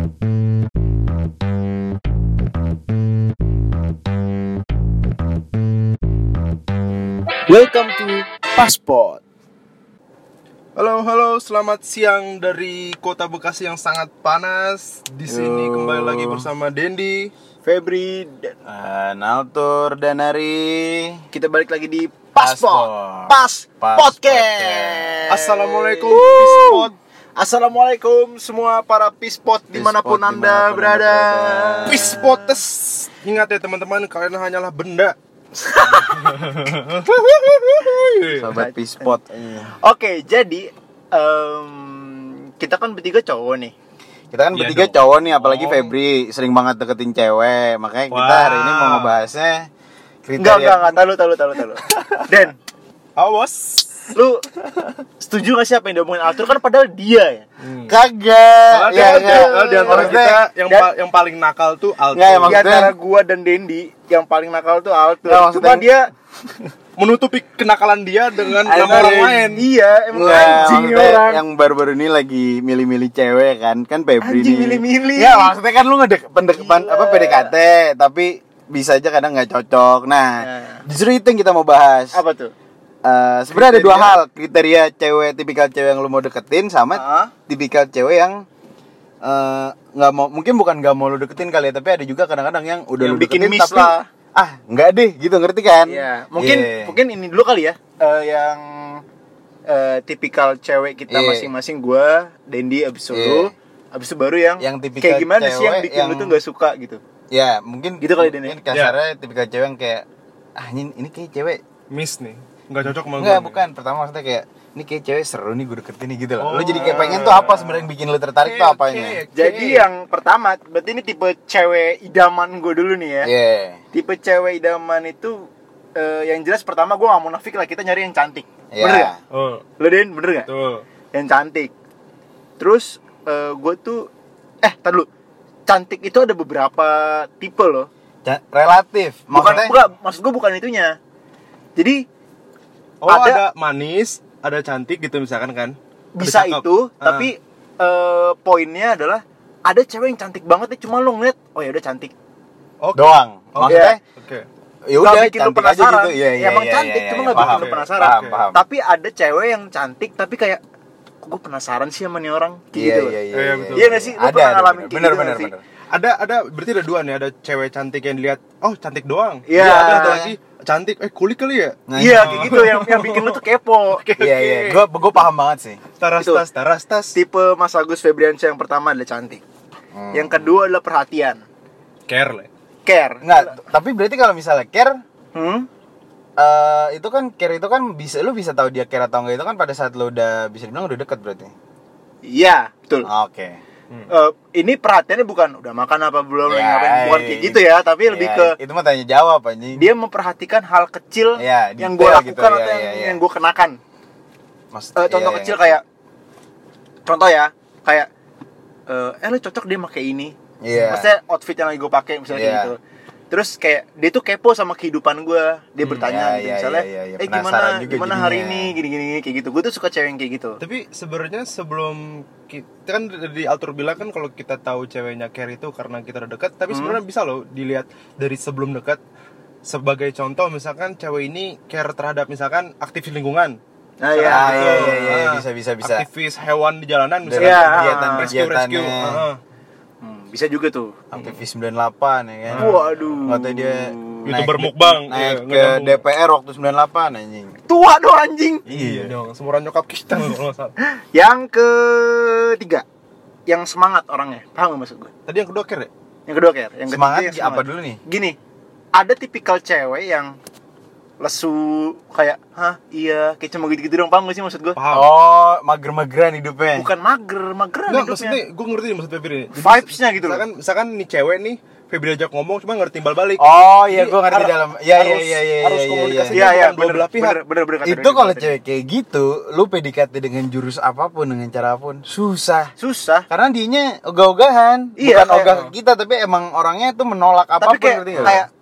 Welcome to Passport. Halo, selamat siang dari kota Bekasi yang sangat panas. Di sini kembali lagi bersama Dendi, Febri, Naltur dan Ari. kita balik lagi di Passport. Pas Podcast. Assalamualaikum Pispot. Assalamualaikum semua para Pispot dimanapun Anda berada. Pispotes. Ingat ya teman-teman, kalian hanyalah benda. Sobat Pispot. Oke, jadi kita kan bertiga cowok nih. Kita kan Iya bertiga dong. cowok nih, apalagi Febri sering banget deketin cewek. Makanya kita hari ini mau ngebahasnya kriteria. Enggak, tahu. Den, Awas. lu setuju gak sih apa yang diomongin Arthur? Kan padahal dia ya. Kagak. Di antara Maksudnya- kita yang paling nakal tuh Alto. Nggak, ya, Di maksudnya- antara gua dan Dendi yang paling nakal tuh Arthur. Nggak, maksudnya- Cuma dia Menutupi kenakalan dia dengan Ada nama orang lain. iya, emang Nggak, anjing maksudnya orang. yang baru-baru ini lagi milih-milih cewek kan Febri Anjing nih. milih-milih. Ya maksudnya kan lu PDKT tapi bisa aja kadang nggak cocok. Nah, justru itu yang kita mau bahas. Apa tuh? Sebenarnya ada dua hal, kriteria cewek, tipikal cewek yang lu mau deketin sama tipikal cewek yang nggak mau, mungkin bukan nggak mau lu deketin kali ya, tapi ada juga kadang-kadang yang udah Yang lu bikin deketin miss tapi lah. nggak deh gitu, ngerti kan? Iya, mungkin Yeah. mungkin ini dulu kali ya. Yang tipikal cewek kita Iya. masing-masing, gua, Dendi, abis itu Iya. abis itu baru yang tipikal kayak gimana sih yang cewek bikin lu tuh nggak suka gitu. Ya mungkin Gitu kali, Den, ya? mungkin kasarnya tipikal cewek yang kayak ini kayak cewek Miss nih. Enggak cocok sama enggak, gue. bukan, pertama maksudnya kayak ini kayak cewek seru nih gue deketin nih gitu loh. Lu Oh. jadi kayak pengen tuh apa sebenarnya yang bikin lu tertarik tuh apanya? Jadi yang pertama, berarti ini tipe cewek idaman gue dulu nih ya. Iya. Tipe cewek idaman itu yang jelas pertama gue gak munafik lah, kita nyari yang cantik. Iya. Bener gak? Oh, Lo Den, bener gak? tuh. Yang cantik. Terus gue tuh tar dulu. Cantik itu ada beberapa tipe loh. Relatif. Maksudnya Bukan, maksud gue bukan itunya. Jadi Oh, Ada- ada manis, ada cantik gitu misalkan kan. Ada bisa cakep. itu, Ah. tapi poinnya adalah ada cewek yang cantik banget nih, cuma lo ngeliat, oh ya udah cantik. Oke. doang. Oh, Maksudnya Oke. ya Nggak udah bikin lu cantik aja penasaran. gitu. Iya, Ya, emang cantik, cuma nggak bikin paham. lu penasaran. Paham. Tapi ada cewek yang cantik tapi kayak, kok gue penasaran sih sama nih orang kayak Iya, gitu loh. Iya, betul. Iya nggak sih? Lu pernah ngalamin kayak bener, gitu bener, nggak sih? bener. Ada berarti ada dua nih, ada cewek cantik yang dilihat, oh cantik doang. Iya. Ada satu lagi cantik, kulik kali ya. Nah, Iya kayak gitu yang bikin lu tuh kepo. Iya. Gue paham banget sih. Tarastas. Tipe Mas Agus Febriansyah yang pertama adalah cantik. Yang kedua adalah perhatian, Care lah. care. Enggak, tapi berarti kalau misalnya care itu kan lu bisa tahu dia care atau enggak itu kan pada saat lu udah bisa dibilang udah deket berarti. Iya, betul. Oke. Ini perhatiannya bukan udah makan apa belum, Ya, ngapain, bukan kayak gitu ya, tapi lebih ke itu mah tanya jawab anjing. dia memperhatikan hal kecil Iya, yang detail gue lakukan gitu, atau iya, iya. yang gue kenakan. Contoh Iya, kecil iya. kayak, contoh ya, kayak, lu cocok dia pakai ini. Iya. Maksudnya outfit yang lagi gue pakai misalnya kayak Iya. gitu. Terus kayak dia tuh kepo sama kehidupan gue, dia bertanya gitu, iya, misalnya, iya. gimana Penasaran juga gimana hari jadinya. ini, gini kayak gitu. Gue tuh suka cewek yang kayak gitu. Tapi sebenarnya sebelum kita kan di Altur bilang kan kalau kita tahu ceweknya care itu karena kita udah dekat, tapi sebenarnya bisa loh dilihat dari sebelum dekat. Sebagai contoh misalkan cewek ini care terhadap misalkan aktivis lingkungan. Nah ya, Iya, bisa. Aktivis hewan di jalanan Iya, misalkan. Rescue. kegiatannya. Bisa juga tuh. Aktivis 98 ya kan. Waduh. Katanya dia YouTuber mukbang, naik iya, ke ngejambung. DPR waktu 98 anjing. Tua dong anjing. Iya dong, seumuran nyokap kita kalau nggak salah. Yang ketiga, yang semangat orangnya, paham gak maksud gue? Tadi yang kedua care ya? Yang kedua kayak, yang Semangat ketiga yang apa dulu nih? Gini, ada tipikal cewek yang lesu, kayak, iya, kayak cuma gitu-gitu dong, paham gak sih maksud gue? Paham. Oh, mager-mageran hidupnya. Bukan mageran Nggak, hidupnya. maksudnya gue ngerti maksud Febri nih. Jadi, Vibes-nya gitu loh. Misalkan nih cewek nih, Febri ajak ngomong cuma ngerti timbal balik. Oh iya, Jadi gue ngerti harus- dalam. Iya. harus komunikasinya Iya, iya, bukan dua belah pihak. bener kata Itu Dendi kalau tadi. cewek kayak gitu, lu PDKT dengan jurus apapun, dengan cara apapun, susah. Susah. Karena dianya ogah-ogahan, Iya, bukan kayak- ogah ke kita, tapi emang orangnya tuh menolak Tapi apapun. kayak, ngerti nggak? kayak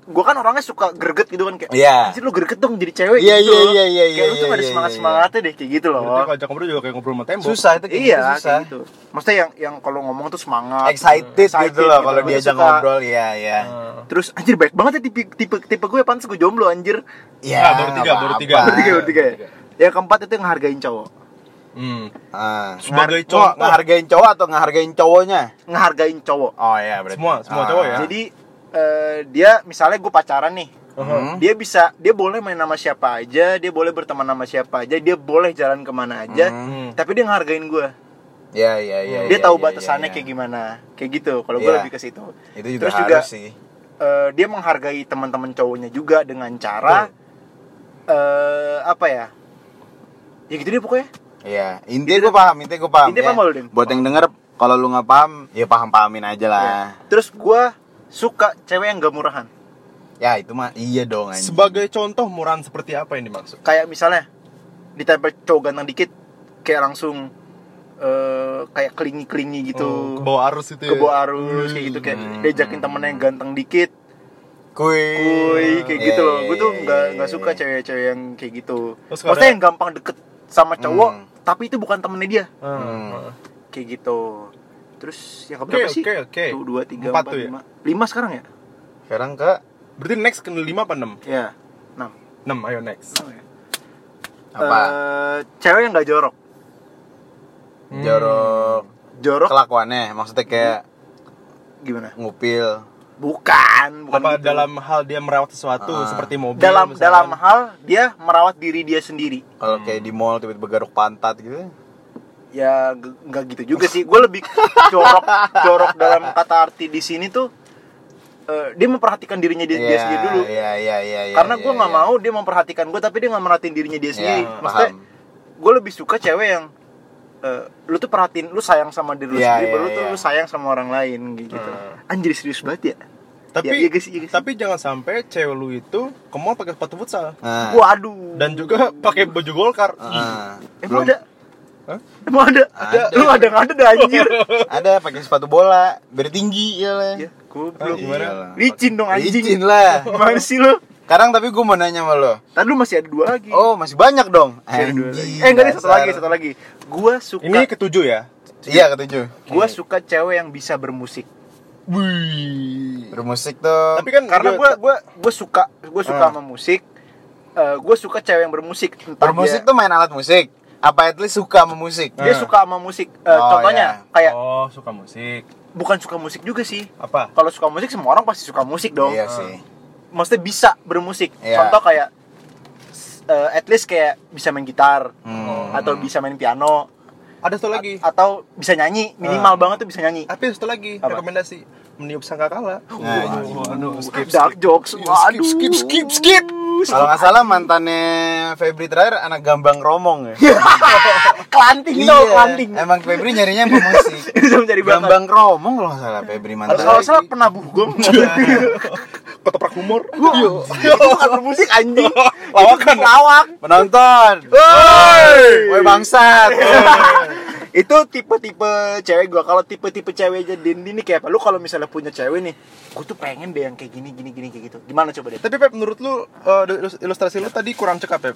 gue kan orangnya suka greget gitu kan kayak Iya. anjir lu greget dong jadi cewek Iya, gitu. iya, Kayak lu tuh gak ada semangatnya deh kayak gitu loh. Berarti kalau ajak ngobrol juga kayak ngobrol sama tembok. Susah itu kayak Iya, gitu, susah. kayak gitu. Maksudnya yang kalau ngomong tuh semangat, Excited gitu loh kalau Gue diajak suka. ngobrol, iya. Terus anjir baik banget ya tipe gue, pantas gue jomblo anjir. Iya. Nah, baru tiga. Baru tiga ya. Yang keempat itu ngehargain cowok. Sebagai cowok ngehargain cowok atau ngehargain cowoknya? Ngehargain cowok. Oh iya, berarti. Semua cowok ya. Jadi dia misalnya gue pacaran nih. Dia boleh main sama siapa aja, dia boleh berteman sama siapa aja, dia boleh jalan kemana aja, tapi dia ngehargain gue. Iya. Dia tahu batasannya kayak gimana, kayak gitu. Kalau gue lebih ke situ. Itu juga Terus harus juga sih. Dia menghargai teman-teman cowoknya juga dengan cara apa ya? Ya gitu deh pokoknya. Iya, intinya gue paham. Intinya Ya. paham lo, Dim? Buat yang denger, kalau lu nggak paham, ya paham-pahamin aja lah. Ya. Terus gue suka cewek yang gak murahan. Ya itu mah iya dong anjing. Sebagai contoh murahan seperti apa yang dimaksud? Kayak misalnya ditempel cowok ganteng dikit, kayak langsung kayak kelingi gitu. Ke bawah arus itu ya. Ke bawah arus kayak gitu, kayak diajakin temennya yang ganteng dikit, Kuy kayak gitu loh. Gue tuh nggak suka cewek-cewek yang kayak gitu. Terus Maksudnya yang gampang deket sama cowok, tapi itu bukan temennya dia. Kayak gitu. Terus yang keberapa sih? Oke. 1, 2, 3, 4 4, tuh ya? 5 sekarang ya? Sekarang ke Berarti next ke 5 apa 6? Ya, 6. 6, ayo next. apa? Cewek yang gak jorok. Jorok kelakuannya, maksudnya kayak Gimana? ngupil. Bukan Apa gitu. dalam hal dia merawat sesuatu seperti mobil dalam misalkan. hal dia merawat diri dia sendiri. Kalau kayak di mall tiba-tiba garuk pantat gitu. Ya nggak gitu juga sih. Gue lebih jorok dalam kata arti di sini tuh dia memperhatikan dirinya dia sendiri dulu. Iya. Karena gue nggak mau dia memperhatikan gue tapi dia nggak merhatiin dirinya dia sendiri. Maksudnya gue lebih suka cewek yang lu tuh perhatiin, lu sayang sama diri lu sendiri, baru tuh lu sayang sama orang lain gitu. Anjir serius banget ya. Tapi ya, iya sih. tapi jangan sampai cewek lu itu ke mall pakai sepatu futsal. Waduh. Dan juga pakai baju Golkar. Emang ada? Hah? Emang ada? Lu ada anjir. Ada pakai sepatu bola, bertinggi ya lah. Ya, goblok. Gimana? Licin dong anjing. Licin lah. Gimana sih lu? Sekarang tapi gue mau nanya sama lo. Tadi lu masih ada 2 lagi. Oh, masih banyak dong. Masih ada 2 lagi. Anjing, Enggak ada dasar. satu lagi. Gua suka Ini ketujuh ya? Iya, ketujuh. Gua suka cewek yang bisa bermusik. Wih. Bermusik tuh. Tapi kan Karena juga- gua suka sama musik. Gua suka cewek yang bermusik. Entah bermusik dia, tuh main alat musik. Apa at least suka sama musik? dia suka sama musik. Contohnya kayak Oh, suka musik. bukan suka musik juga sih. Apa? Kalau suka musik semua orang pasti suka musik dong. Iya sih. Maksudnya bisa bermusik. Iya. Contoh kayak at least kayak bisa main gitar atau bisa main piano Ada satu lagi. atau bisa nyanyi, minimal banget tuh bisa nyanyi. Tapi satu lagi Apa? rekomendasi meniup sangkakala. Nah, skip. Dark jokes. Waduh. Skip. Kalau nggak salah mantannya Febri terakhir anak Gambang Romong ya. Kelanting Iya. dong, kelanting. Emang Febri nyarinya pemusik. Bisa mencari bakat. Gambang Romong kalau nggak salah Febri mantan. Kalau salah pernah bugong. Ketoprak humor. Itu bukan bermusik anjing. Lawakan. Itu lawak. Penonton. Woi bangsat. Itu tipe-tipe cewek gua. Kalau tipe-tipe cewek aja Dendi nih kayak apa? Lu kalau misalnya punya cewek nih, gua tuh pengen deh yang kayak gini kayak gitu. Gimana coba deh? Tapi Pep, menurut lu ilustrasi lu tadi kurang cekap ya?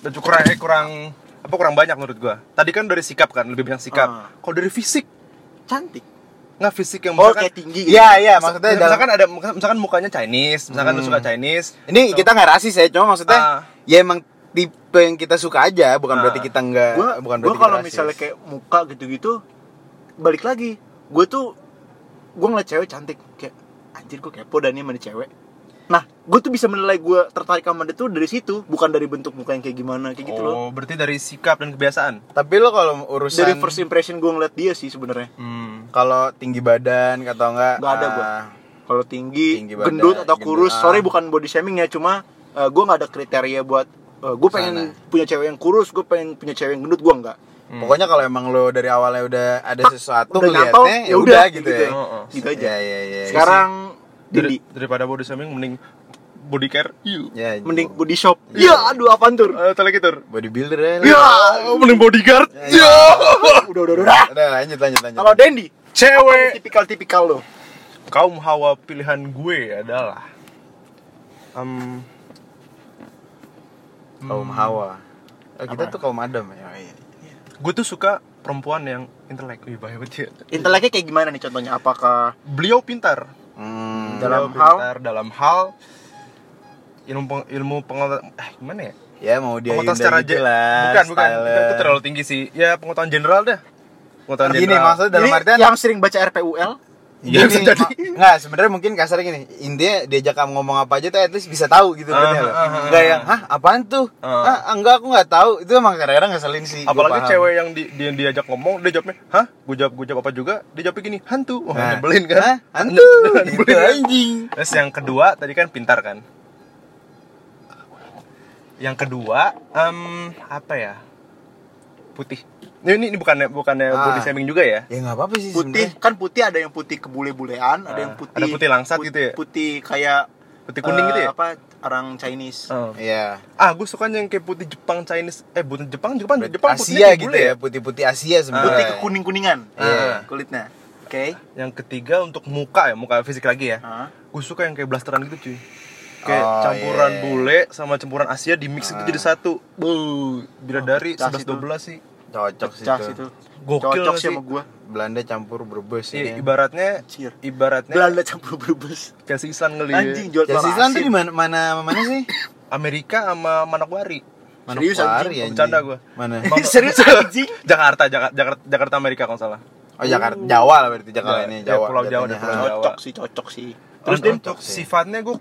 Kurang banyak menurut gua. Tadi kan dari sikap kan, lebih banyak sikap. Kalau dari fisik, Cantik. nggak fisik yang Oh, misalkan kayak tinggi gitu. Iya, maksudnya misalkan mukanya Chinese, misalkan lu suka Chinese. Ini kita nggak rasis ya, cuma maksudnya ya emang tipe yang kita suka aja, bukan berarti kita nggak, bukan berarti Gua kalau kita rasis. misalnya kayak muka gitu-gitu, balik lagi. Gua ngeliat cewek cantik kayak anjir gua kepo dan nih sama nih cewek. Nah, gue tuh bisa menilai gue tertarik sama dia tuh dari situ, bukan dari bentuk muka yang kayak gimana, kayak gitu loh. Oh, berarti dari sikap dan kebiasaan. Tapi lo kalau urusan Dari first impression gue ngeliat dia sih sebenarnya. kalau tinggi badan atau enggak, Nggak ada gua. Kalau tinggi Tinggi badan, gendut atau gendut, kurus, sorry bukan body shaming ya, cuma gue nggak ada kriteria buat gue pengen punya cewek yang kurus, gue pengen punya cewek yang gendut, gue nggak. Pokoknya kalau emang lo dari awalnya udah ada sesuatu udah nyantol, ngeliatnya, ya ya udah, udah gitu gitu. ya. Gitu aja. Ya. Sekarang Didi, Daripada body shaming mending body care. Ya, mending body shop. Ya, aduh apaan tur? Atau lagi tur. bodybuilder ya. Ya, Mending bodyguard. udah. Udah lanjut. Kalau Dendi, Cewek. tipikal lo. Kaum hawa pilihan gue adalah Kaum Hawa. Kita tuh kaum Adam ya. Iya. Gue tuh suka perempuan yang intelek. Wih, bahaya banget ya. Inteleknya kayak gimana nih contohnya? Apakah Beliau pintar. Dalam Beliau pintar dalam hal ilmu pengetahuan gimana ya? Ya mau dia Pengetahuan secara bukan itu terlalu tinggi sih. Ya pengetahuan general dah. Pengetahuan Gini general. maksudnya dalam ini artian yang sering baca RPUL? gini, bisa jadi. nggak sebenarnya mungkin kasar gini, intinya diajak kamu ngomong apa aja tuh at least bisa tahu gitu kan ya. Nggak yang apaan tuh? Enggak, aku nggak tahu. Itu emang kadang-kadang ngeselin sih. Apalagi cewek yang diajak ngomong, dia jawabnya, "Hah? Gue jawab apa juga?" Dia jawabnya gini, "Hantu." Wah, nyebelin kan? Hantu. Gitu, anjing. Terus yang kedua tadi kan pintar kan? Yang kedua apa ya? Putih. Ini bukannya body shaming juga ya? Ya nggak apa-apa sih Putih sebenernya. kan putih, ada yang putih kebule-bulean, ada yang putih ada putih langsat gitu ya? Putih kayak Putih kuning gitu ya? Apa orang Chinese. Iya. Gue sukanya yang kayak putih Jepang Chinese. Bukan Jepang Asia putihnya gitu bule ya, putih-putih Asia sebenarnya. Putih kekuning-kuningan. Kulitnya. Oke. Yang ketiga untuk muka fisik lagi ya. Gue suka yang kayak blasteran gitu cuy. Kayak campuran bule sama campuran Asia di mix itu jadi satu. Bidadari 11-12 sih. Cocok sih Cas itu. itu. Gokil Cocok sih sih sama gua. Belanda campur Brebes Iya, ya. ibaratnya Belanda campur Brebes. Chelsea Island kali Anjing ya. jual Chelsea Island tuh di mana sih? Amerika sama Manokwari. Serius, Manokwari, anjing? Bercanda gua. Mana? Serius anjing? Jakarta Amerika kalau salah. Oh Jakarta, Jawa lah berarti Jakarta ini Ya, Jawa. Pulau Jawa jatuhnya. dan Pulau Jawa. Cocok sih. Terus Dim, untuk sifatnya gue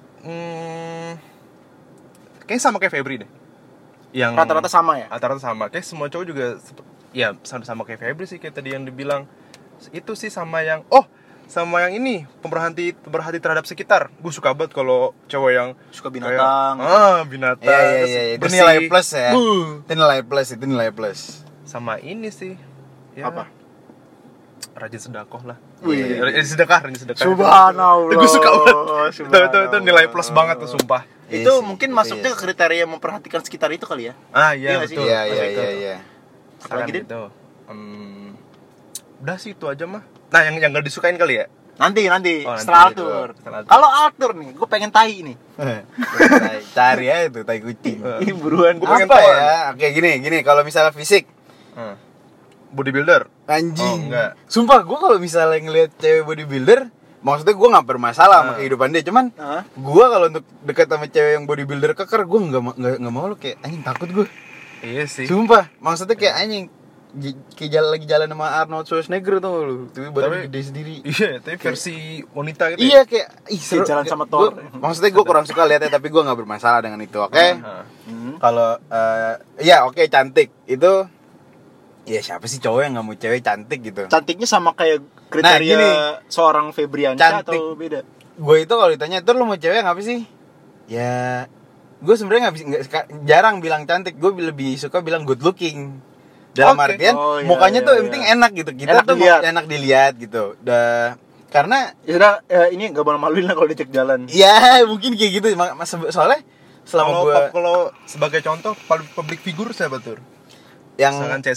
kayaknya sama kayak Febri deh. Yang rata-rata sama ya? Rata-rata sama. Kayak semua cowok juga ya sama kayak Febri sih, kayak tadi yang dibilang. Itu sih sama yang ini pemerhati terhadap sekitar. Gue suka banget kalau cowok yang Suka binatang. Binatang. Iya. Itu bersih. nilai plus ya. Itu nilai plus. Sama ini sih. Ya, Apa? Rajin sedekah lah. Wih. Rajin sedekah. Subhanallah. Gue suka banget. Subhanallah. Itu nilai plus banget tuh sumpah. Itu Iya sih, mungkin itu masuknya iya ke kriteria memperhatikan sekitar itu kali ya? Iya Iya nggak sih? betul. Iya. Apalagi, Din? gitu. Udah sih itu aja mah. Nah, yang enggak disukain kali ya? Nanti Oh, setelah nanti Arthur. setelah Arthur. Kalau Arthur nih, gue pengen tai nih. Cari aja tuh tai kucing. Ini buruan. Gua pengen Apa tahu. ya? Oke gini kalau misalnya fisik Bodybuilder. anjing. Enggak. Sumpah gue kalau misalnya ngelihat cewek bodybuilder, maksudnya gue nggak bermasalah sama kehidupan dia, cuman gue kalau untuk dekat sama cewek yang bodybuilder keker, gue nggak mau lo, kayak anjing takut gue. Iya sih. Sumpah, maksudnya kayak anjing kayak lagi jalan sama Arnold Schwarzenegger tuh lu, tapi badannya gede sendiri. Iya, tapi versi wanita gitu. Iya kayak seru. jalan sama Thor. Maksudnya gue kurang suka lihatnya, tapi gue nggak bermasalah dengan itu. Oke. Kalau ya oke, cantik itu ya siapa sih cowok yang nggak mau cewek cantik gitu. Cantiknya sama kayak kriteria gini. seorang Febriansyah Cantik. atau beda? Gue itu kalau ditanya itu lo mau cewek yang apa sih? Ya gue sebenarnya jarang bilang cantik. Gue lebih suka bilang good looking. Dalam artian mukanya tuh yang penting enak gitu. Kita tuh enak dilihat gitu. Karena ya sudah, ini nggak malu-maluin lah kalau dicek jalan. ya mungkin kayak gitu. Soalnya selama kalau sebagai contoh public figure siapa tuh? yang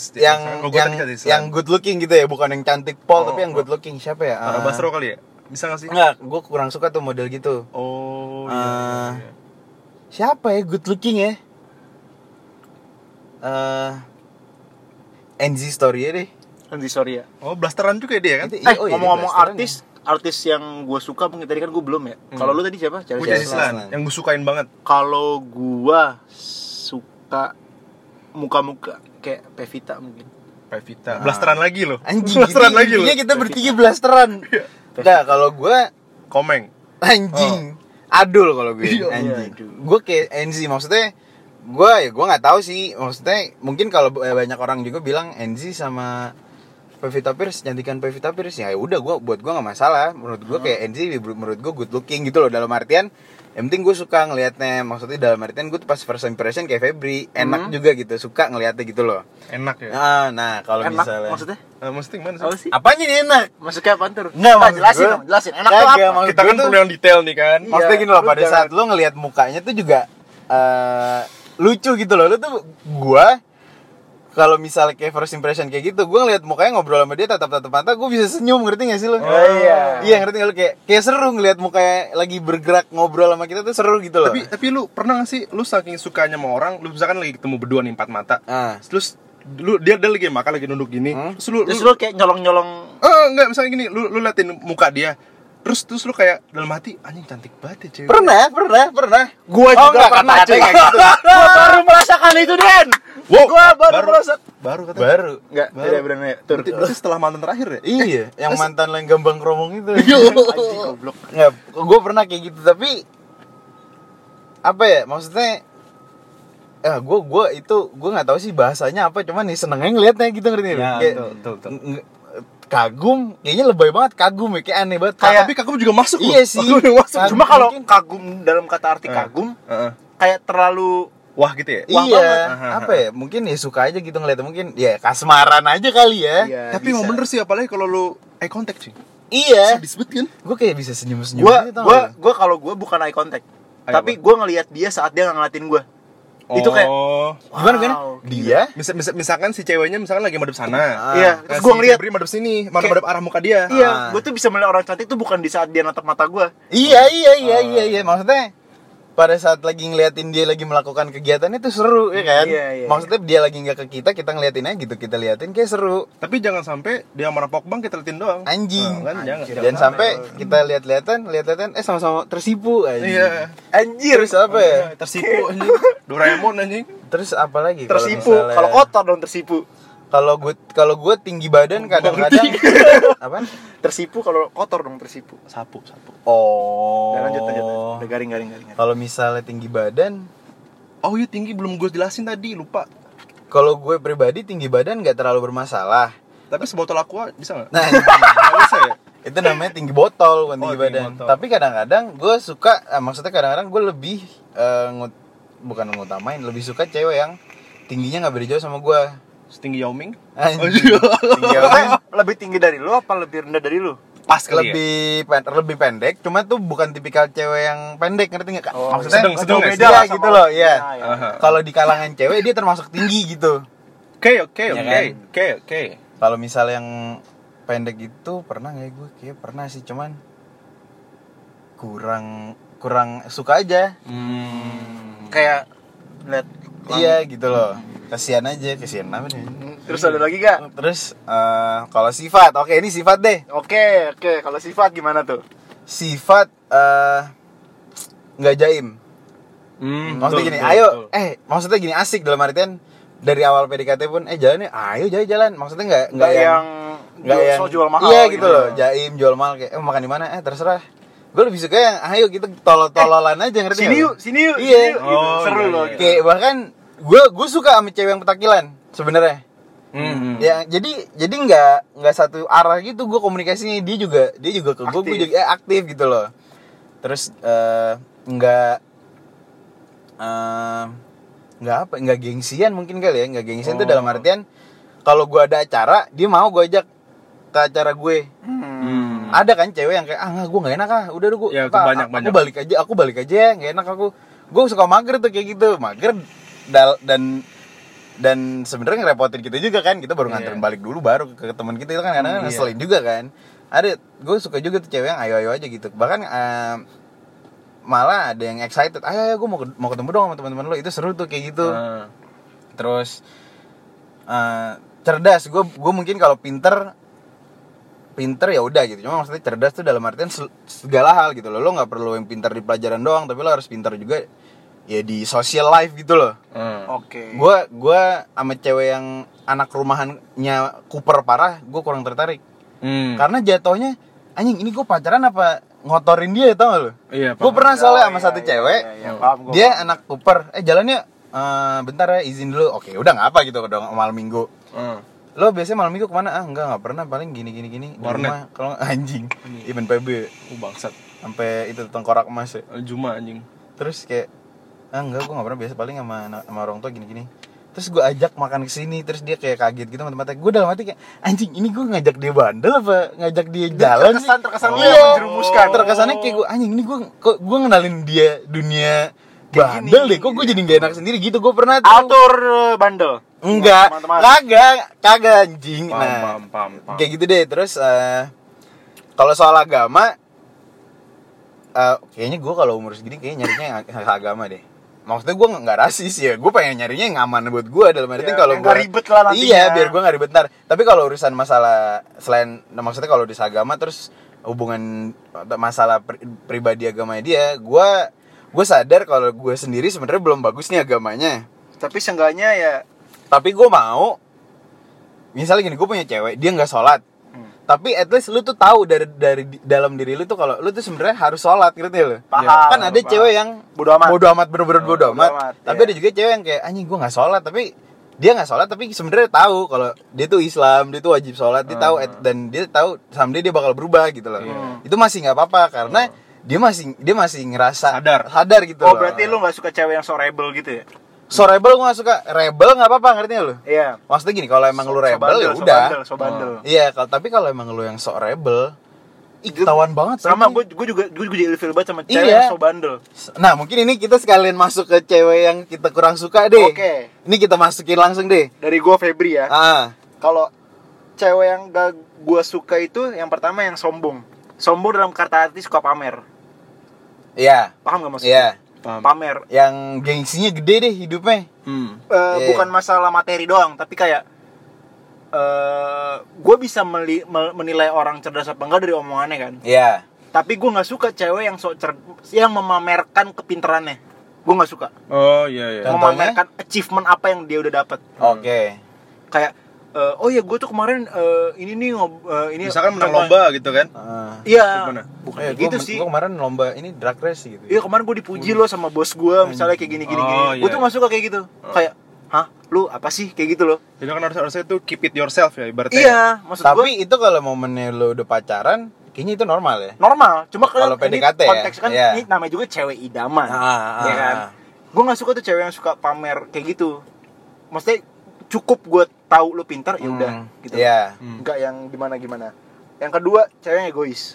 good looking gitu ya, bukan yang cantik pol, tapi yang good looking siapa ya? Tara Basro kali ya? Bisa gak sih? Enggak, gue kurang suka tuh model gitu. Iya. Siapa ya good looking ya? NZ Story deh. Nanti sorry ya. Blasteran juga dia kan? Ngomong-ngomong artis yang gue suka, mungkin tadi kan gue belum ya. Kalau lu tadi siapa? Gue Island, yang gue sukain banget. Kalau gue suka muka-muka kayak Pevita mungkin. Pevita. Blasteran lagi loh. Anjing. Blasteran lagi loh. Kita bertiga blasteran. Nah, kalau gue Komeng. anjing. Adul kalau gue. Anjing. Gue kayak NZ, maksudnya gue nggak tahu sih, maksudnya mungkin kalau banyak orang juga bilang NZ sama Pevita Pierce, cantikan Pevita Pierce, ya udah buat gue nggak masalah. Menurut gue kayak NZ menurut gue good looking gitu loh, dalam artian yang penting gue suka ngelihatnya, maksudnya dalam artian gue tuh pas first impression kayak Febri enak juga gitu, suka ngelihatnya gitu loh. Enak ya. Nah kalau misalnya maksudnya maksudnya gimana sih? apa sih? apanya nih enak? Maksudnya apa Tur? Nggak, Jelasin enak tuh apa? Kita kan perlu yang detail nih kan. Maksudnya gini loh, pada saat lo ngelihat mukanya tuh juga lucu gitu loh. Lo tuh kalau misalnya kayak first impression kayak gitu, gue ngeliat mukanya ngobrol sama dia tatap mata, gue bisa senyum, ngerti gak sih lo? Iya ngerti gak lo, kayak seru ngeliat mukanya lagi bergerak ngobrol sama kita tuh seru gitu loh. Tapi lu pernah gak sih lu saking sukanya sama orang, lu misalkan lagi ketemu berdua nih 4 mata, terus dia lagi makan lagi nunduk gini, terus lu kayak nyolong enggak, misalnya gini, lu liatin muka dia, terus lu kayak dalam hati, anjing cantik banget ya cewek. Pernah. Gua juga pernah kayak gitu. Gua baru merasakan itu, Den. Wow, Gua baru merasakan. Baru. Enggak, bener ya. Berarti setelah mantan terakhir ya? Iya, yang mantan lo yang gambang kromong itu. Anjing goblok. Nggak, gue pernah kayak gitu, tapi apa ya, maksudnya gue nggak tahu sih bahasanya apa, cuman nih senengnya ngeliatnya gitu, ngerti nggak? Ya, Kayak, betul. Kagum, kayaknya lebay banget kagum ya, kayak aneh banget. Tapi kagum juga masuk loh. Iya sih. Kagum juga masuk. Cuma kalau mungkin. kagum dalam kata arti kagum kayak terlalu Wah gitu ya? Wah iya, banget. apa ya? Mungkin ya suka aja gitu ngeliatnya, mungkin ya kasmaran aja kali ya. Iya, Tapi bisa. mau bener sih, apalagi kalau lu eye contact sih. Iya. Disebut kan? Gue kayak bisa senyum-senyum gitu, tau nggak? Gua kalau gua bukan eye contact. Eye Tapi gua ngelihat dia saat dia nggak ngeliatin gua. Itu kayak Gimana? wow, Dia misalkan si ceweknya misalkan lagi madep sana. Iya, Nah, terus gua si ngeliat Febri madep sini, madep arah muka dia. iya, gua tuh bisa melihat orang cantik tuh bukan di saat dia natap mata gua. Iya, maksudnya pada saat lagi ngeliatin dia lagi melakukan kegiatan itu seru ya kan? Iya. Maksudnya dia lagi nggak ke kita ngeliatin aja gitu, kita liatin kayak seru. Tapi jangan sampai dia merapok bang kita liatin doang. Anjing. Nah, kan Jangan sampai kita lihat-lihatan sama-sama tersipu anjing. Iya. Anjir, Terus apa ya? Tersipu anjing. Doraemon anjing. Terus apa lagi? tersipu. Kalau kotor dong tersipu. Kalau gue tinggi badan kadang-kadang apa? Tersipu kalau kotor dong tersipu. Sapu. Oh. Nah, lanjut. Udah garing. Kalau misalnya tinggi badan, Oh iya tinggi belum gue jelasin tadi, lupa. kalau gue pribadi tinggi badan nggak terlalu bermasalah. Tapi sebotol aqua bisa nggak? Nah, Nggak bisa ya? itu namanya tinggi botol, bukan tinggi tinggi badan. botol. Tapi kadang-kadang gue suka, maksudnya kadang-kadang gue lebih bukan ngutamain, lebih suka cewek yang tingginya nggak beda jauh sama gue. Setinggi Yao Ming? Anjing. Tinggi apa? Lebih tinggi dari lu apa lebih rendah dari lu? Pas kali ya? lebih pendek, cuma tuh bukan tipikal cewek yang pendek, ngerti nggak? Oh, Maksudnya sedang beda beda lah gitu sama- loh, iya. Aha. Kalau di kalangan cewek dia termasuk tinggi gitu. Oke. Ya kan? Kalau misal yang pendek itu pernah nggak ya gue? Kayak pernah sih, cuman kurang suka aja. Kayak lihat Iya gitu loh. Kasihan apa nih? Terus ada lagi gak? Terus kalau sifat, oke ini sifat deh. Oke, kalau sifat gimana tuh? Sifat nggak jaim. Maksudnya gini, ayo, maksudnya gini asik dalam artian dari awal PDKT pun, jalan nih, ayo jalan. Maksudnya nggak yang jual mahal. Iya gitu loh, jaim jual mahal kayak, makan di mana? Terserah. Gue lebih suka yang ayo gitu tolol-tololan aja, ngerti nggak? Sini yuk. Iya. Oh, Seru iya, loh. iya. Kayak bahkan gue suka sama cewek yang petakilan sebenarnya. Ya jadi nggak satu arah gitu, gue komunikasinya dia juga ke gue juga aktif gitu loh. Terus nggak gengsian mungkin kali ya, nggak gengsian tuh dalam artian kalau gue ada acara dia mau gue ajak ke acara gue. Ada kan cewek yang kayak nggak, gue nggak enak udah gue Ya, itu banyak. aku balik aja ya, nggak enak gue suka mager tuh kayak gitu, mager dan sebenarnya ngerepotin kita juga kan, kita baru nganterin balik dulu baru ke teman kita, itu kan kadang-kadang ngeselin juga kan. Gue suka juga tuh cewek yang ayo aja gitu, bahkan malah ada yang excited, ayo gue mau ketemu dong sama teman-teman lo, itu seru tuh kayak gitu. Terus cerdas, gue mungkin kalau pinter ya udah gitu, cuma maksudnya cerdas tuh dalam artian segala hal gitu loh, lo nggak perlu yang pintar di pelajaran doang, tapi lo harus pintar juga ya di social life gitu loh. Oke. Gue sama cewek yang anak rumahannya kuper parah, gue kurang tertarik. Karena jatuhnya anjing, ini gue pacaran apa ngotorin dia, tau gak lo? Iya, Gue pernah soalnya sama Iya, satu cewek, paham gua. dia anak kuper, jalannya bentar ya izin dulu, oke udah nggak apa gitu dong malam minggu. Lo biasanya malam minggu kemana? Enggak pernah, paling gini di Warnet. rumah. Kalau anjing, event PB Bangsat. sampai itu tengkorak emas ya. Juma anjing. Terus kayak enggak, gue nggak pernah, biasa paling sama orang tua gini. Terus gue ajak makan kesini, terus dia kayak kaget gitu mata-mata. Gue dalam hati kayak anjing, ini gue ngajak dia bandel apa ngajak dia jalan sih? Terkesan dia menjerumuskan. Terkesannya kayak gue anjing, ini gue ngenalin dia dunia Kayak bandel gini. deh. Kok gue jadi gak enak sendiri gitu. Gue pernah tuh Atur bandel. Enggak, Teman-teman. kagak anjing. Nah, Paham. kayak gitu deh. Terus kalau soal agama, kayaknya gue kalau umur segini kayaknya nyarinya yang agama deh. Maksudnya gue nggak rasis ya, gue pengen nyarinya yang aman buat gue dalam artian kalau yang nggak ribet lah nantinya. Iya, biar gue nggak ribet ntar. Tapi kalau urusan masalah selain, maksudnya kalau di agama terus hubungan masalah pribadi agamanya dia, gue sadar kalau gue sendiri sebenarnya belum bagus nih agamanya. Tapi seenggaknya ya Tapi gue mau, misalnya gini, gue punya cewek, dia nggak sholat. Tapi at least lu tuh tahu dari dalam diri lu tuh kalau lu tuh sebenarnya harus sholat, gitu ya lu. Paham, Kan ada paham. cewek yang Bodo amat. bener-bener bodo amat. Tapi iya. ada juga cewek yang kayak anjing gue nggak sholat, tapi dia nggak sholat tapi sebenarnya tahu kalau dia tuh Islam, dia tuh wajib sholat, dia tahu dan dia tahu someday dia bakal berubah gitu loh. Itu masih nggak apa-apa karena dia masih ngerasa sadar gitu Oh loh. berarti lu nggak suka cewek yang so rebel gitu ya? So rebel gue gak suka. Rebel gak apa-apa, ngerti gak lu? Iya. Maksudnya gini, kalau emang lu rebel ya udah. So bandel. Iya, tapi kalau emang lu yang sok rebel, ketahuan banget. Sama tapi. gue juga ilfil banget sama cewek Iya. yang so bandel. Nah, mungkin ini kita sekalian masuk ke cewek yang kita kurang suka deh. Oke. Ini kita masukin langsung deh. Dari gue Febri ya. Kalau Cewek yang gak gue suka itu yang pertama yang sombong. Sombong dalam kata arti suka pamer. iya. Paham gak maksudnya? Iya. Pamer. Yang gengsinya gede deh hidupnya. Iya. Bukan masalah materi doang, tapi kayak gue bisa menilai orang cerdas apa enggak dari omongannya kan. Iya. Tapi gue nggak suka cewek yang yang memamerkan kepintarannya. Gue nggak suka. Oh iya. Contohnya? Memamerkan achievement apa yang dia udah dapat. Oke. Kayak oh ya gue tuh kemarin ini nih ini Misalkan menang lomba gitu kan. Iya. Gimana? Bukan Eh, kayak gitu sih. Gue kemarin lomba ini drag race gitu. Iya kemarin gue dipuji loh sama bos gue misalnya kayak gini. Oh, Gue iya. tuh nggak suka kayak gitu. Kayak hah lu apa sih kayak gitu loh. Jadi kan harusnya tuh keep it yourself ya ibaratnya. Iya maksud gue Tapi itu kalau momennya lu udah pacaran, kayaknya itu normal ya. normal. Cuma Kalau ini PDKT ya? konteks kan Iya. ini namanya juga cewek idaman. Ya kan. Gue nggak suka tuh cewek yang suka pamer kayak gitu. Maksudnya cukup gue tahu lu pintar ya udah gitu. Iya. Enggak yang gimana. Yang kedua, cewek yang egois.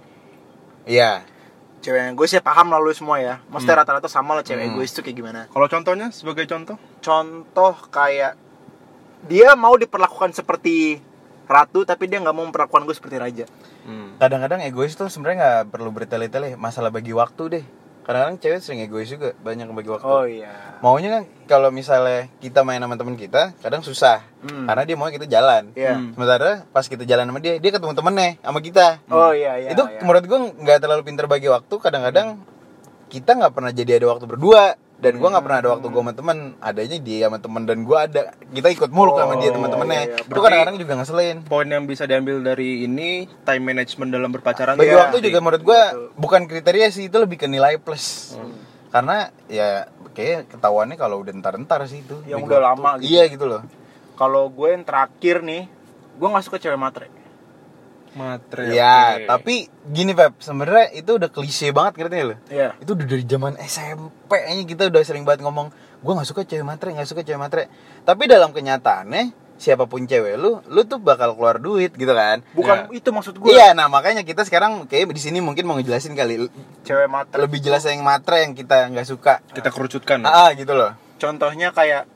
Iya. Cewek yang egois ya paham lah lu semua ya. Maksudnya rata-rata sama lah cewek egois tuh kayak gimana. Kalau contohnya sebagai contoh? Contoh kayak dia mau diperlakukan seperti ratu tapi dia nggak mau memperlakukan gue seperti raja. Kadang-kadang egois tuh sebenarnya nggak perlu bertele-tele, masalah bagi waktu deh. Kadang-kadang cewek sering egois juga, banyak bagi waktu. Oh iya. Maunya kan kalau misalnya kita main sama teman kita, kadang susah. Karena dia mau kita jalan. Iya. Sementara pas kita jalan sama dia ketemu temennya sama kita. Oh iya. Itu menurut gue nggak terlalu pintar bagi waktu. Kadang-kadang kita nggak pernah jadi ada waktu berdua. Dan gue nggak pernah ada waktu gue sama temen. Adanya dia sama temen dan gue ada. Kita ikut mulu sama dia teman-temannya. iya. Itu kadang-kadang juga ngeselin. Poin yang bisa diambil dari ini time management dalam berpacaran. Bagi Iya. waktu juga menurut gue bukan kriteria sih, itu lebih ke nilai plus. Karena ya kayak ketahuannya kalau udah entar-entar sih itu. Yang Bagi udah waktu. lama gitu. Iya gitu loh. Kalau gue yang terakhir nih, gue nggak suka cewek matre. Matre. Iya, oke. tapi gini Pep, sebenarnya itu udah klise banget ngerti lo. Iya. Itu udah dari zaman SMP nya kita udah sering banget ngomong, gue nggak suka cewek matre, nggak suka cewek matre. Tapi dalam kenyataannya siapapun cewek lu tuh bakal keluar duit gitu kan. Bukan itu maksud gue. Iya, nah makanya kita sekarang kayak di sini mungkin mau ngejelasin kali Cewek matre. lebih jelas yang matre yang kita nggak suka. Kita kerucutkan. Gitu loh. Contohnya kayak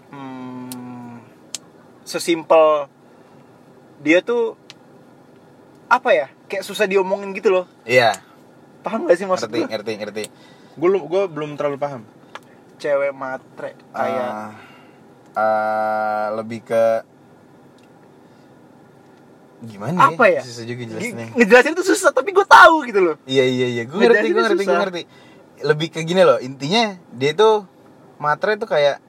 sesimpel dia tuh apa ya? Kayak susah diomongin gitu loh. Iya. Paham gak sih maksud gue? Ngerti. Gue belum terlalu paham. Cewek matre kayak Lebih ke gimana apa ya? Susah juga jelasnya. Ngejelasin itu susah tapi gue tahu gitu loh. Iya. Gue Ngejelasin susah. ngerti. Lebih ke gini loh, intinya dia tuh matre tuh kayak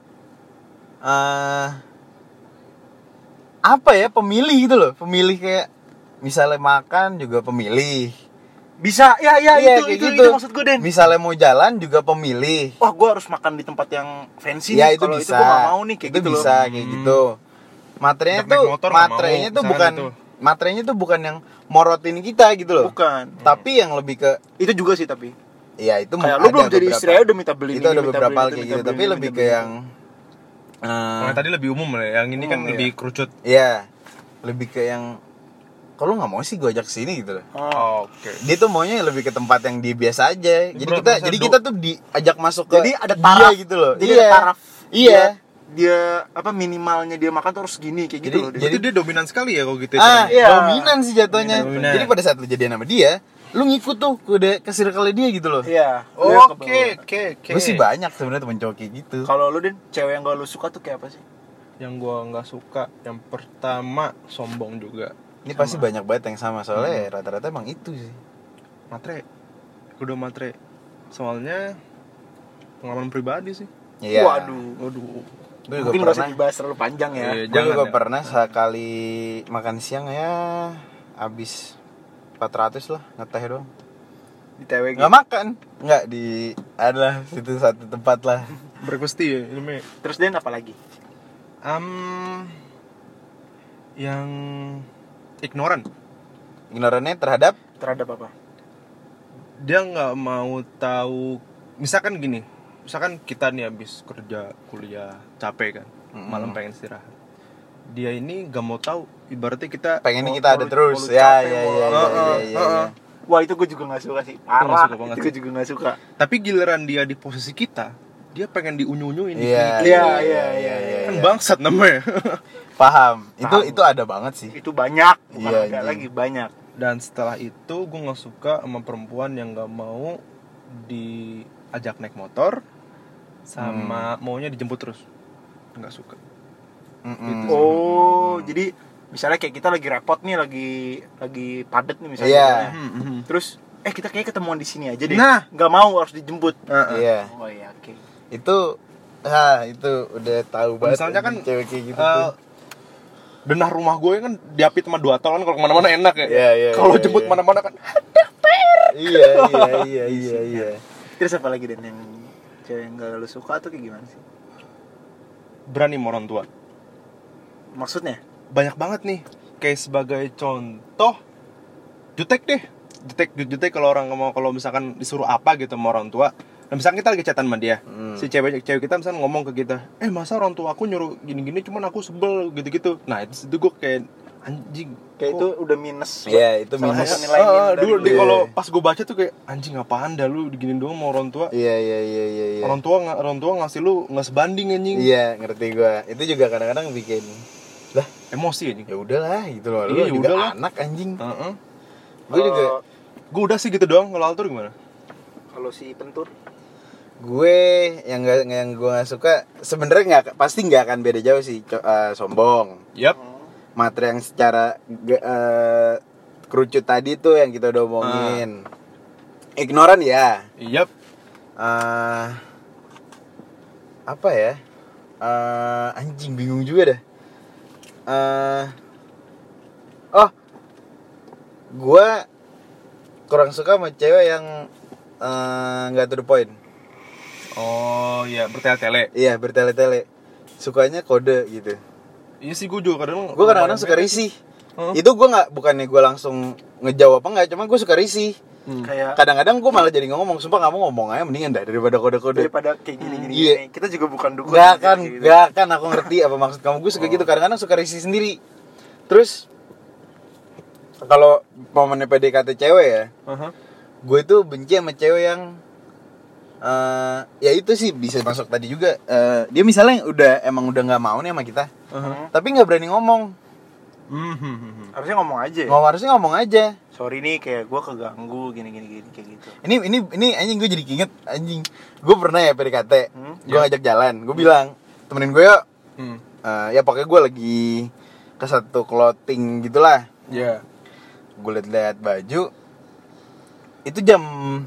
apa ya, pemilih gitu loh. Pemilih kayak misalnya makan juga pemilih. Bisa, ya Iya, itu kayak gitu. maksud gue Den. Misalnya mau jalan juga pemilih. Wah gue harus makan di tempat yang fancy Ya nih. itu Kalau bisa. itu gue gak mau nih kayak itu gitu bisa loh. kayak gitu. Materainya Untuk naik tuh motor nggak materainya mau, tuh misalnya bukan gitu. materainya tuh bukan yang morotin kita gitu loh. Bukan. Tapi yang lebih ke Itu juga sih tapi. ya itu Kayak ada lu belum jadi beberapa- istri aja udah minta beli itu ini, ada minta beberapa beli hal itu, kayak minta gitu, beli tapi ini, lebih minta ke beli yang Yang tadi lebih umum lah, yang ini kan lebih kerucut. iya, lebih ke yang kalau nggak mau sih gue ajak sini gitu loh. Oke. Dia tuh maunya lebih ke tempat yang dia biasa aja. Jadi Berarti kita masa kita tuh diajak masuk ke Jadi ada dia taraf gitu loh. Jadi ada taraf. Iya. dia apa minimalnya dia makan tuh harus segini kayak gitu Jadi- loh. dia. Jadi dia dominan sekali ya kalau gitu. Iya. Dominan sih jatuhnya. Dominan. Jadi pada saat lu jadian sama dia, lu ngikut tuh ke circle dia gitu loh. Iya. Oke. Gue sih banyak sebenarnya temen cowok kayak gitu. Kalau lu Den, cewek yang gak lu suka tuh kayak apa sih? Yang gua nggak suka, yang pertama sombong juga. Ini pasti banyak banget yang sama soalnya rata-rata emang itu sih. Matre. Udah matre. Soalnya pengalaman pribadi sih. Iya. Waduh. Waduh. Gue juga Mungkin gak usah pernah. dibahas terlalu panjang ya. Iya, Gue jangan juga ya. pernah sekali makan siang ya habis 400 lah ngeteh doang. Di TW gitu. Nggak makan, nggak di adalah situ satu tempat lah. Berkusti ya ini mah. Terus Den apa lagi? Yang ignoran. Ignorannya terhadap Terhadap apa? Dia nggak mau tahu. Misalkan gini, misalkan kita nih habis kerja kuliah capek kan, malam pengen istirahat. Dia ini nggak mau tahu. Ibaratnya kita pengennya kita ada mau terus. lu Ya, capek, ya, mau ya, apa. ya, ya, ya. Wah itu gue juga gak suka sih. nggak Parah. suka banget Itu sih. gue juga gak suka. tapi giliran dia di posisi kita, dia pengen diunyu-unyuin. Iya, Iya, iya, iya, iya. Kan bangsat namanya. Paham. Paham. Itu ada banget sih. Itu banyak. Bukan Iya, ada anjing. lagi banyak. Dan setelah itu gue nggak suka sama perempuan yang nggak mau diajak naik motor, sama maunya dijemput terus. Nggak suka. Mm-mm. Oh, jadi misalnya kayak kita lagi repot nih, lagi padet nih misalnya. Iya. Misalnya. Terus kita kayak ketemuan di sini aja deh. Nah. Nggak mau harus dijemput. Iya. Oh iya, oke. Itu udah tahu banget. Misalnya kan, anjing, cewek kayak gitu Eh, tuh. denah rumah gue kan diapit sama 2 tol kan, kalau kemana-mana enak ya. Iya, iya, Kalau iya, jemput iya. mana-mana kan. Iya. Terus apa lagi Den yang cewek yang gak lu suka tuh kayak gimana sih? Berani sama orang tua. Maksudnya? Banyak banget nih. Kayak sebagai contoh, jutek deh. Jutek kalau orang kalau misalkan disuruh apa gitu sama orang tua. Nah, misalkan kita lagi chatan sama dia. Si cewek kita misalkan ngomong ke kita, masa orang tua aku nyuruh gini-gini cuman aku sebel gitu-gitu. Nah, itu gue kayak anjing. Kayak kok- itu udah minus. Iya, itu Salah minus. satu nilai minus dari dulu lu. nih kalau pas gue baca tuh kayak anjing apaan dah lu diginin doang sama orang tua. Iya. Orang tua ngasih lu nggak sebanding anjing. Iya, ngerti gua. Itu juga kadang-kadang bikin lah, Emosi anjing. ya udahlah gitu loh. Lu Iya, juga udahlah. anak anjing. Heeh. Gue juga Gue udah sih gitu doang. Kalau Altur gimana? Kalau si pentur gue yang gue nggak suka sebenarnya pasti nggak akan beda jauh sih. Sombong, Yap. materi yang secara kerucut tadi tuh yang kita udah omongin. Ignoran ya. Yap. Apa ya? Anjing bingung juga dah. Gue kurang suka sama cewek yang nggak to the point. Oh iya, bertele-tele. Iya, bertele-tele. Sukanya kode gitu. Iya sih, gue juga kadang. Gue kadang-kadang suka risih. Huh? Itu gue bukannya gue langsung ngejawab apa enggak, cuma gue suka risih. kayak Kadang-kadang gue malah jadi ngomong, sumpah kamu ngomong aja mendingan dah daripada kode-kode. daripada kayak gini-gini. Iya. Kita juga bukan dukun. Gak kan, gitu. gak kan aku ngerti apa maksud kamu. Gue suka gitu, kadang-kadang suka risih sendiri. Terus kalau momennya PDKT cewek ya, gue itu benci sama cewek yang ya itu sih bisa masuk tadi juga. Dia misalnya emang udah nggak mau nih sama kita, tapi nggak berani ngomong. Harusnya ngomong aja. Harusnya ngomong aja. Sorry nih kayak gue keganggu gini kayak gitu. Ini anjing, gue jadi keinget anjing. Gue pernah ya PDKT, gue ngajak jalan, gue bilang temenin gue yuk. Ya pokoknya gue lagi ke satu clothing gitulah. Ya. Gue liat baju. Itu jam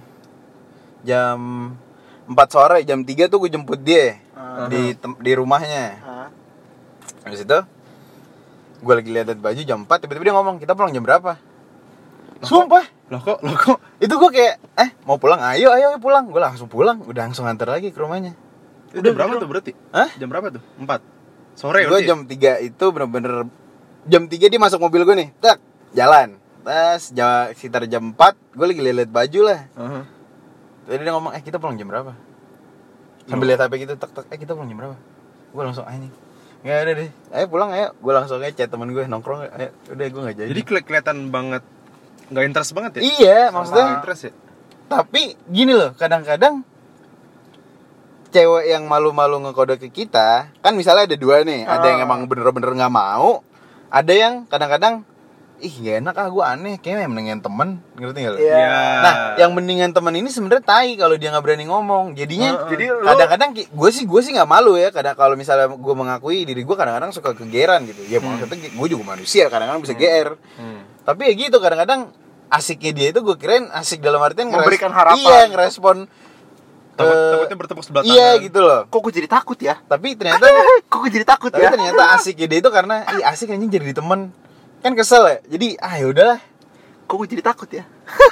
4 sore, jam 3 tuh gue jemput dia di rumahnya. Habis itu gue lagi liat baju jam 4, tiba-tiba dia ngomong, kita pulang jam berapa? Sumpah. Loh kok? Itu gue kayak, mau pulang? Ayo pulang. Gue langsung pulang, udah langsung antar lagi ke rumahnya. Udah berapa tuh berarti? Hah? Jam berapa tuh? 4 sore Gue berarti? jam 3 itu bener-bener jam 3 dia masuk mobil gue nih, tak, jalan. Terus sekitar jam 4 gue lagi liat baju lah. Tadi dia ngomong, kita pulang jam berapa? Sambil lihat HP gitu, tak, kita pulang jam berapa? Gue langsung, nih. Ya udah deh, ayo pulang ayo. Gue langsung aja chat temen gue, nongkrong, ayo. Udah gue gak jadi. Jadi kelihatan banget nggak interest banget ya? Iya, Nggak maksudnya. interest ya? Tapi gini loh, kadang-kadang cewek yang malu-malu ngekode ke kita, kan misalnya ada dua nih, ada yang emang bener-bener nggak mau, ada yang kadang-kadang ih gak enak gue aneh, kayaknya mendingan temen, ngerti nggak lo? Iya. Nah, yang mendingan temen ini sebenarnya tai kalau dia nggak berani ngomong, jadinya Jadi lu- kadang-kadang gue sih nggak malu ya, kadang kalau misalnya gue mengakui diri gue kadang-kadang suka kegeran gitu, ya maksudnya gue juga manusia, kadang-kadang bisa GR, tapi ya gitu kadang-kadang asiknya dia itu gue kirain asik dalam artian Memberikan harapan. iya ngerespon Takutnya bertepuk sebelah tangan. iya gitu loh. Kok gue jadi takut ya? Tapi ternyata Kok gue jadi takut ya? ternyata asiknya dia itu karena asik anjing jadi temen. Kan kesel ya. Jadi ya udahlah. Kok gue jadi takut ya?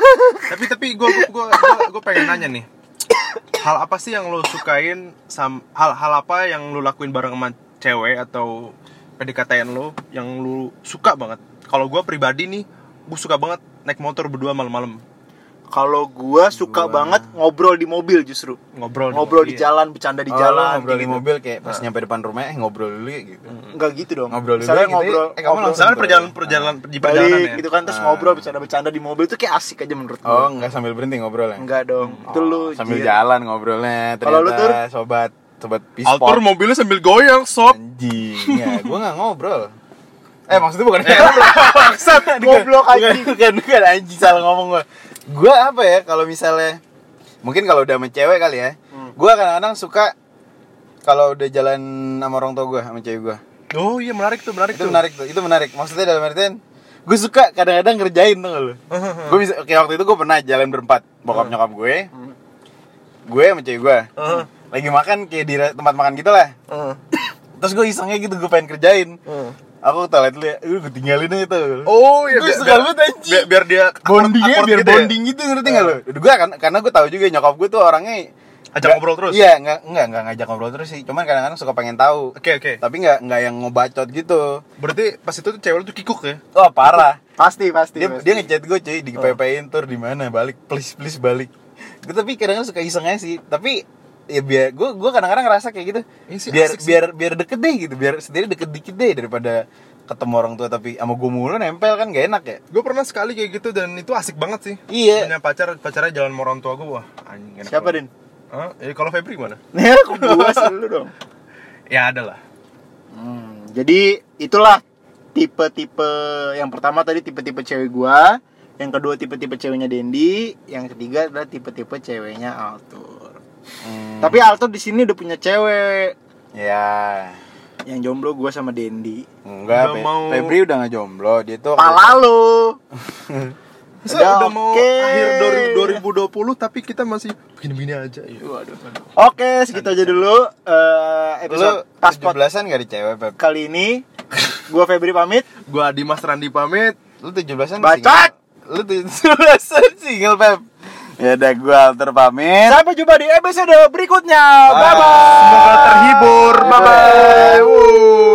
Tapi gue pengen nanya nih. Hal apa sih yang lo sukain hal apa yang lo lakuin bareng sama cewek atau PDKT-an lo yang lo suka banget? Kalau gue pribadi nih, gue suka banget naik motor berdua malam-malam. Kalau gue suka banget ngobrol di mobil justru. Ngobrol Di jalan, bercanda di jalan. ngobrol di kayak gitu. mobil kayak pas nyampe depan rumah ngobrol dulu ya gitu. Enggak gitu dong. Ngobrol dulu Misalnya gitu. ngobrol, Kamu ngobrol langsung Misalnya perjalanan di perjalanan balik ya. gitu kan, terus ngobrol bercanda-bercanda di mobil tuh kayak asik aja menurut gue. Oh, enggak sambil berhenti ngobrol ya? Enggak dong. Itu lu Sambil Jir. jalan ngobrolnya. Kalau lu, Tur? Ternyata sobat Altur pispot. mobilnya sambil goyang, sob. Anjing. Ya, gua enggak ngobrol. Maksudnya bukan Bangsat, goblok anjing. bukan anjing, salah ngomong gua. Gua apa ya kalau misalnya mungkin kalau udah sama cewek kali ya. Gua kadang-kadang suka kalau udah jalan sama orang tua gua, sama cewek gua. Oh iya, menarik tuh. Itu menarik. Maksudnya dalam artian gue suka kadang-kadang ngerjain tuh lu. Gue bisa kayak waktu itu gue pernah jalan berempat, bokap nyokap gue sama cewek gue. Lagi makan kayak di tempat makan gitu lah. Terus gue isengnya gitu, gue pengen kerjain. Aku toilet dulu ya, gue tinggalin aja tuh. Oh iya, Gue suka banget anjing. biar dia Bondingnya akur biar gitu ya. bonding gitu, ngerti nggak lo? Gue karena gue tahu juga nyokap gue tuh orangnya Ajak ngobrol terus? Iya, enggak ngajak ngobrol terus sih. Cuman kadang-kadang suka pengen tahu. Oke. Tapi enggak yang ngebacot gitu. Berarti pas itu tuh cewek lu tuh kikuk ya? Wah, parah. Pasti. Dia ngechat gue cuy, dipepein tur di mana, balik please balik. Gue tapi kadang-kadang suka iseng aja sih. Tapi ya biar gue kadang-kadang ngerasa kayak gitu. Ini sih Biar asik sih. biar deket deh gitu, biar sendiri deket dikit deh daripada ketemu orang tua tapi sama gue mulu nempel kan gak enak ya. Gue pernah sekali kayak gitu dan itu asik banget sih. Iya. Punya pacarnya jalan sama orang tua gue, wah anjing enak Siapa, banget. Din? Hah? Kalau Febri mana? Ya, kok gua sih lu dong. Ya ada lah. Jadi itulah tipe-tipe yang pertama tadi tipe-tipe cewek gua, yang kedua tipe-tipe ceweknya Dendi, yang ketiga adalah tipe-tipe ceweknya Altur. Tapi Altur di sini udah punya cewek. Ya. Yang jomblo gua sama Dendi. Enggak, Udah mau- Febri udah gak jomblo, dia tuh Pala lu. Udah mau oke. akhir 2020 tapi kita masih begini-begini aja. Iya. Waduh. Oke, segitu aja dulu episode Lu Paspot 17-an gak di cewek, Pep? kali ini. Gua Febri pamit. Gua Dimas Randi pamit. Lu 17-an Bacot! Lu 17-an single, Pep. Ya udah, gua Alter pamit. Sampai jumpa di episode berikutnya. Bye bye. Semoga terhibur. Bye bye.